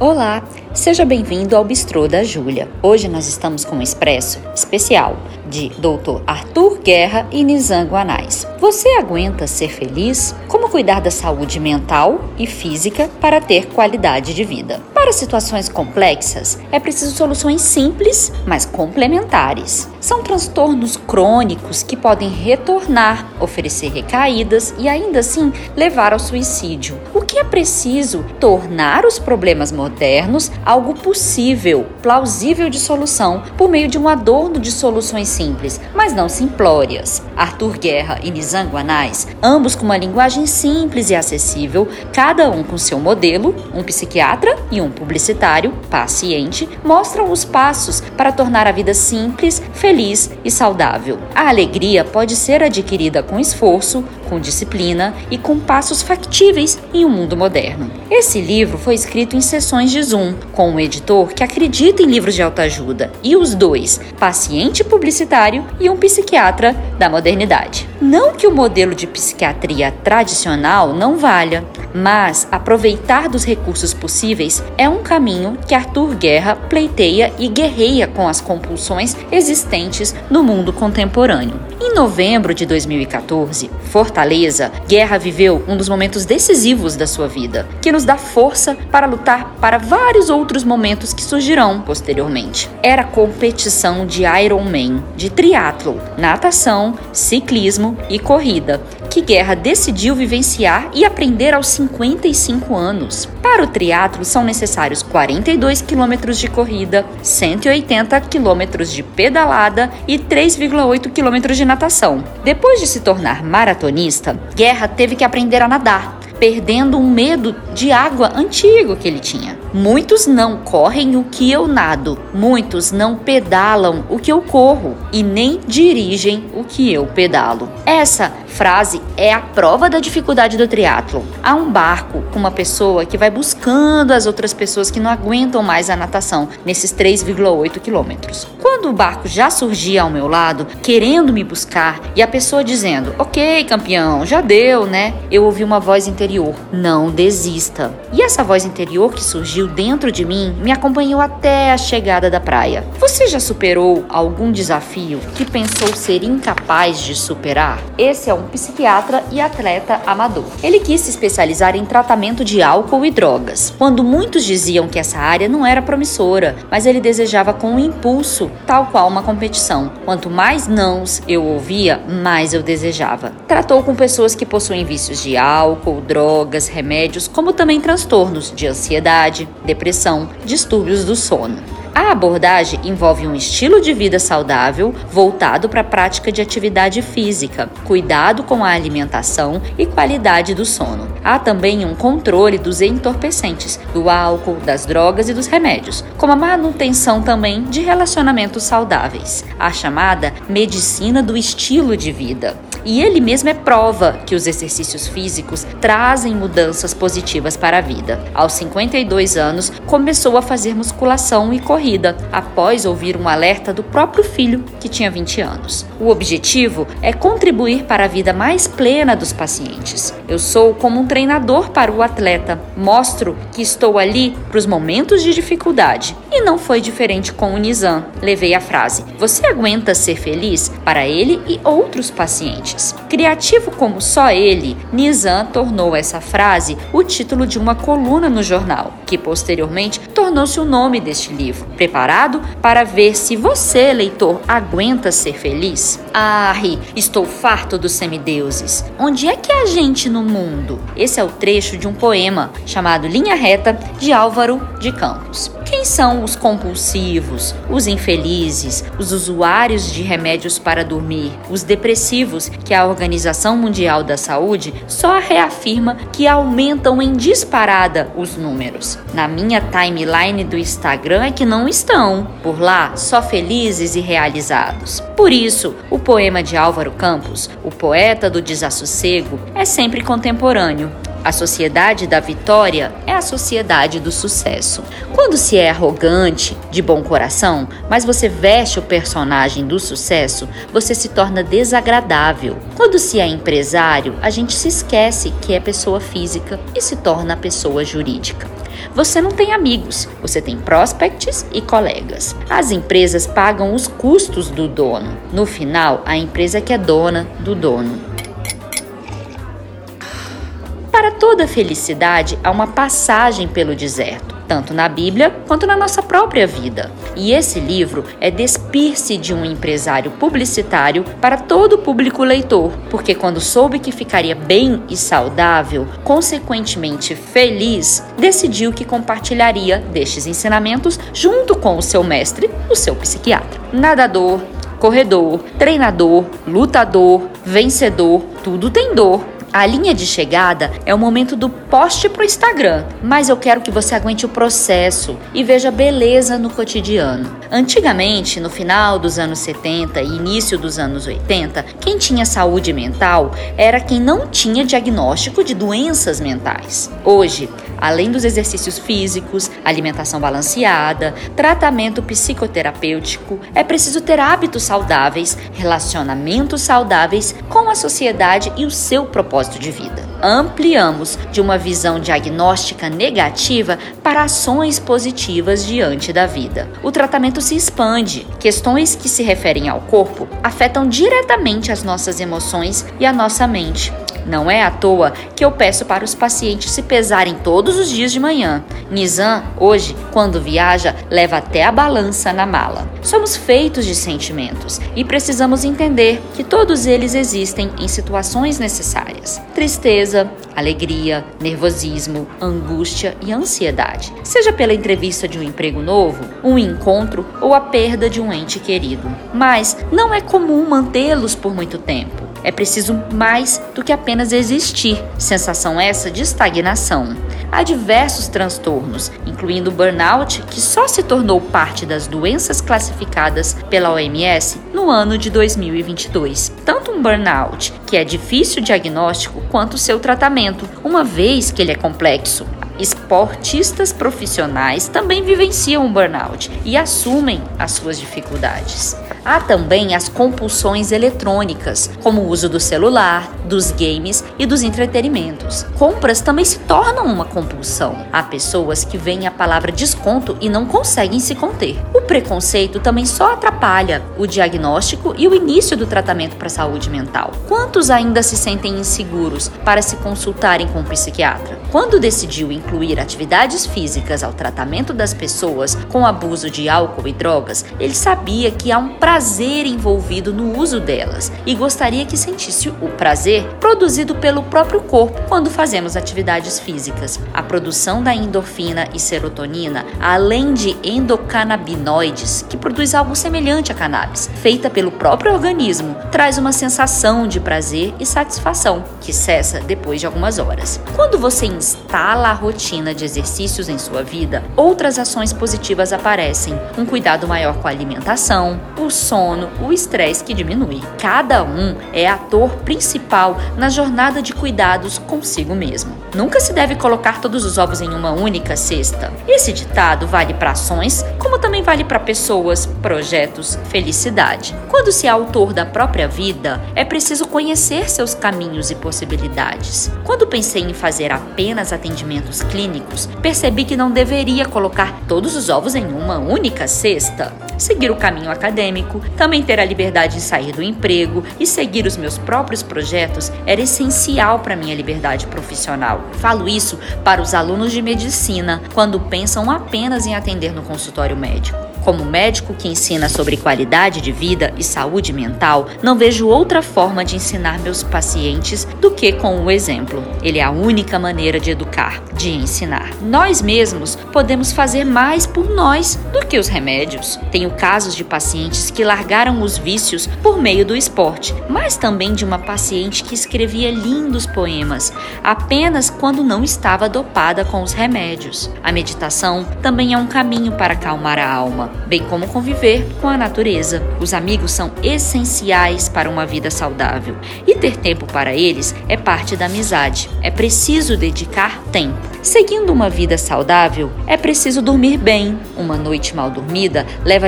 Olá, seja bem-vindo ao Bistrô da Júlia. Hoje nós estamos com um expresso especial de Dr. Arthur Guerra e Nizam Guanais. Você aguenta ser feliz? Como cuidar da saúde mental e física para ter qualidade de vida? Para situações complexas, é preciso soluções simples, mas complementares. São transtornos crônicos que podem retornar, oferecer recaídas e ainda assim levar ao suicídio. O que é preciso? Tornar os problemas modernos algo possível, plausível de solução, por meio de um adorno de soluções simples, mas não simplórias. Arthur Guerra e Nizam Guanais, ambos com uma linguagem simples e acessível, cada um com seu modelo, um psiquiatra e um publicitário, paciente, mostram os passos para tornar a vida simples, feliz e saudável. A alegria pode ser adquirida com esforço, com disciplina e com passos factíveis em um mundo moderno. Esse livro foi escrito em sessões de Zoom, com um editor que acredita em livros de autoajuda, e os dois, paciente publicitário e um psiquiatra da modernidade. Não que o modelo de psiquiatria tradicional não valha, mas aproveitar dos recursos possíveis é um caminho que Arthur Guerra pleiteia e guerreia com as compulsões existentes no mundo contemporâneo. Em novembro de 2014, Fortaleza, Guerra viveu um dos momentos decisivos da sua vida, que nos dá força para lutar para vários outros momentos que surgirão posteriormente. Era a competição de Ironman, de triatlo, natação, ciclismo e corrida, que Guerra decidiu vivenciar e aprender aos 55 anos. Para o triatlo são necessários 42 quilômetros de corrida, 180 quilômetros de pedalada e 3,8 quilômetros de natação. Depois de se tornar maratonista, Guerra teve que aprender a nadar, perdendo um medo de água antigo que ele tinha. Muitos não correm o que eu nado, muitos não pedalam o que eu corro e nem dirigem o que eu pedalo. Essa frase é a prova da dificuldade do triatlo. Há um barco com uma pessoa que vai buscando as outras pessoas que não aguentam mais a natação nesses 3,8 quilômetros. Quando o barco já surgia ao meu lado, querendo me buscar, e a pessoa dizendo: "Ok, campeão, já deu, né?", eu ouvi uma voz interior: "Não desista". E essa voz interior que surgiu dentro de mim me acompanhou até a chegada da praia. Você já superou algum desafio que pensou ser incapaz de superar? Esse é um psiquiatra e atleta amador. Ele quis se especializar em tratamento de álcool e drogas, quando muitos diziam que essa área não era promissora, mas ele desejava com um impulso, tal qual uma competição. Quanto mais nãos eu ouvia, mais eu desejava. Tratou com pessoas que possuem vícios de álcool, drogas, remédios, como também transtornos de ansiedade, depressão, distúrbios do sono. A abordagem envolve um estilo de vida saudável voltado para a prática de atividade física, cuidado com a alimentação e qualidade do sono. Há também um controle dos entorpecentes, do álcool, das drogas e dos remédios, como a manutenção também de relacionamentos saudáveis, a chamada medicina do estilo de vida. E ele mesmo é prova que os exercícios físicos trazem mudanças positivas para a vida. Aos 52 anos, começou a fazer musculação e corrida, após ouvir um alerta do próprio filho, que tinha 20 anos. O objetivo é contribuir para a vida mais plena dos pacientes. Eu sou como um treinador para o atleta, mostro que estou ali para os momentos de dificuldade. E não foi diferente com o Nizam. Levei a frase: "Você aguenta ser feliz?" para ele e outros pacientes. Criativo como só ele, Nizam tornou essa frase o título de uma coluna no jornal, que posteriormente tornou-se o nome deste livro. Preparado para ver se você, leitor, aguenta ser feliz? Estou farto dos semideuses. Onde é que é a gente no mundo? Esse é o trecho de um poema chamado Linha Reta, de Álvaro de Campos. Quem são os compulsivos, os infelizes, os usuários de remédios para dormir, os depressivos, que a Organização Mundial da Saúde só reafirma que aumentam em disparada os números? Na minha timeline do Instagram é que não estão. Por lá, só felizes e realizados. Por isso, o poema de Álvaro Campos, o poeta do desassossego, é sempre contemporâneo. A sociedade da vitória é a sociedade do sucesso. Quando se é arrogante, de bom coração, mas você veste o personagem do sucesso, você se torna desagradável. Quando se é empresário, a gente se esquece que é pessoa física e se torna pessoa jurídica. você não tem amigos, você tem prospects e colegas. As empresas pagam os custos do dono. No final, a empresa que é dona do dono. Para toda felicidade, há uma passagem pelo deserto, tanto na Bíblia quanto na nossa própria vida. E esse livro é despir-se de um empresário publicitário para todo o público leitor, porque quando soube que ficaria bem e saudável, consequentemente feliz, decidiu que compartilharia destes ensinamentos junto com o seu mestre, o seu psiquiatra. Nadador, corredor, treinador, lutador, vencedor, tudo tem dor. A linha de chegada é o momento do post pro Instagram, mas eu quero que você aguente o processo e veja beleza no cotidiano. Antigamente, no final dos anos 70 e início dos anos 80, quem tinha saúde mental era quem não tinha diagnóstico de doenças mentais. Hoje, além dos exercícios físicos, alimentação balanceada, tratamento psicoterapêutico, é preciso ter hábitos saudáveis, relacionamentos saudáveis com a sociedade e o seu propósito de vida. Ampliamos de uma visão diagnóstica negativa para ações positivas diante da vida. O tratamento se expande. Questões que se referem ao corpo afetam diretamente as nossas emoções e a nossa mente. Não é à toa que eu peço para os pacientes se pesarem todos os dias de manhã. Nizam, hoje, quando viaja, leva até a balança na mala. Somos feitos de sentimentos e precisamos entender que todos eles existem em situações necessárias. Tristeza, alegria, nervosismo, angústia e ansiedade. Seja pela entrevista de um emprego novo, um encontro ou a perda de um ente querido. Mas não é comum mantê-los por muito tempo. É preciso mais do que apenas existir, sensação essa de estagnação. Há diversos transtornos, incluindo o burnout, que só se tornou parte das doenças classificadas pela OMS no ano de 2022. Tanto um burnout, que é difícil o diagnóstico, quanto o seu tratamento, uma vez que ele é complexo. Esportistas profissionais também vivenciam o burnout e assumem as suas dificuldades. Há também as compulsões eletrônicas, como o uso do celular, dos games e dos entretenimentos. Compras também se tornam uma compulsão. Há pessoas que veem a palavra desconto e não conseguem se conter. O preconceito também só atrapalha o diagnóstico e o início do tratamento para a saúde mental. Quantos ainda se sentem inseguros para se consultarem com um psiquiatra? Quando decidiu incluir atividades físicas ao tratamento das pessoas com abuso de álcool e drogas, ele sabia que há um prazer envolvido no uso delas e gostaria que sentisse o prazer produzido pelo próprio corpo quando fazemos atividades físicas. A produção da endorfina e serotonina, além de endocannabinoides, que produz algo semelhante à cannabis, feita pelo próprio organismo, traz uma sensação de prazer e satisfação, que cessa depois de algumas horas. Quando você instala a rotina de exercícios em sua vida, outras ações positivas aparecem. Um cuidado maior com a alimentação, o sono, o estresse que diminui. Cada um é ator principal na jornada de cuidados consigo mesmo. Nunca se deve colocar todos os ovos em uma única cesta. Esse ditado vale para ações, como também vale para pessoas, projetos, felicidade. Quando se é autor da própria vida, é preciso conhecer seus caminhos e possibilidades. Quando pensei em fazer apenas atendimentos clínicos, percebi que não deveria colocar todos os ovos em uma única cesta. Seguir o caminho acadêmico, também ter a liberdade de sair do emprego e seguir os meus próprios projetos era essencial para minha liberdade profissional. Falo isso para os alunos de medicina quando pensam apenas em atender no consultório médico. Como médico que ensina sobre qualidade de vida e saúde mental, não vejo outra forma de ensinar meus pacientes do que com o exemplo. Ele é a única maneira de educar, de ensinar. Nós mesmos podemos fazer mais por nós do que os remédios. Tenho casos de pacientes que largaram os vícios por meio do esporte, mas também de uma paciente que escrevia lindos poemas, apenas quando não estava dopada com os remédios. A meditação também é um caminho para acalmar a alma, bem como conviver com a natureza. Os amigos são essenciais para uma vida saudável e ter tempo para eles é parte da amizade. É preciso dedicar tempo. Seguindo uma vida saudável, é preciso dormir bem. Uma noite mal dormida leva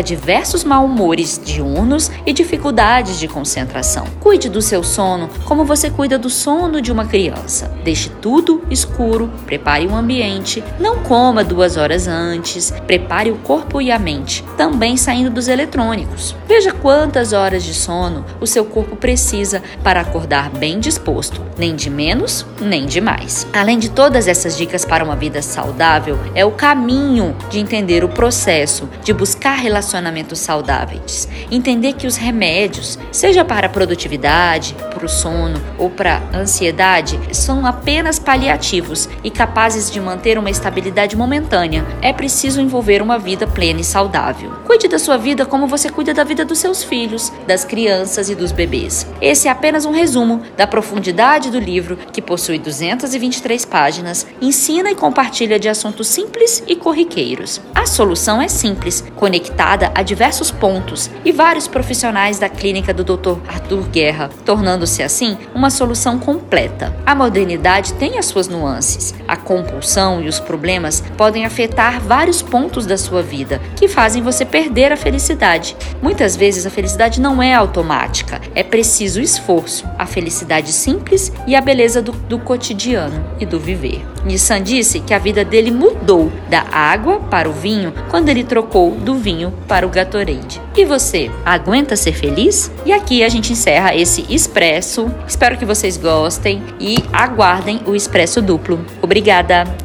diversos mal-humores diurnos e dificuldades de concentração. Cuide do seu sono como você cuida do sono de uma criança. Deixe tudo escuro, prepare o ambiente, não coma 2 horas antes, prepare o corpo e a mente, também saindo dos eletrônicos. Veja quantas horas de sono o seu corpo precisa para acordar bem disposto, nem de menos, nem de mais. Além de todas essas dicas para uma vida saudável, é o caminho de entender o processo de buscar relacionamentos saudáveis. Entender que os remédios, seja para a produtividade, para o sono ou para a ansiedade, são apenas paliativos e capazes de manter uma estabilidade momentânea. É preciso envolver uma vida plena e saudável. Cuide da sua vida como você cuida da vida dos seus filhos, das crianças e dos bebês. Esse é apenas um resumo da profundidade do livro, que possui 223 páginas, ensina e compartilha de assuntos simples e corriqueiros. A solução é simples, conectada a diversos pontos e vários profissionais da clínica do Dr. Arthur Guerra, tornando-se assim uma solução completa. A modernidade tem as suas nuances. A compulsão e os problemas podem afetar vários pontos da sua vida, que fazem você perder a felicidade. Muitas vezes a felicidade não é automática, é preciso esforço, a felicidade simples e a beleza do cotidiano e do viver. Nissan disse que a vida dele mudou da água para o vinho quando ele trocou do vinho para o Gatorade. E você, aguenta ser feliz? E aqui a gente encerra esse Expresso. Espero que vocês gostem e aguardem o Expresso Duplo. Obrigada!